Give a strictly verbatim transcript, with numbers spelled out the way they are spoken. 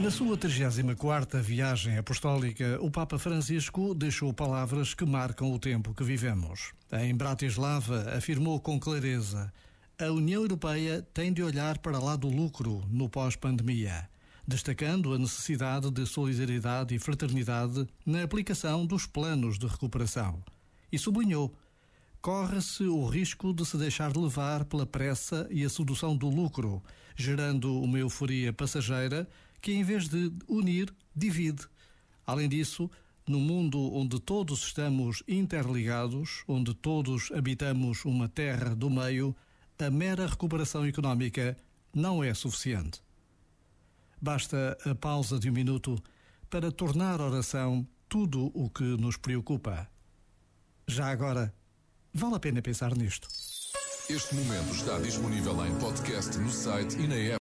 Na sua trigésima quarta viagem apostólica, o Papa Francisco deixou palavras que marcam o tempo que vivemos. Em Bratislava, afirmou com clareza: a União Europeia tem de olhar para lá do lucro no pós-pandemia, destacando a necessidade de solidariedade e fraternidade na aplicação dos planos de recuperação. E sublinhou: corre-se o risco de se deixar levar pela pressa e a sedução do lucro, gerando uma euforia passageira que, em vez de unir, divide. Além disso, no mundo onde todos estamos interligados, onde todos habitamos uma terra do meio, a mera recuperação económica não é suficiente. Basta a pausa de um minuto para tornar oração tudo o que nos preocupa. Já agora, vale a pena pensar nisto. Este momento está disponível em podcast no site e na app.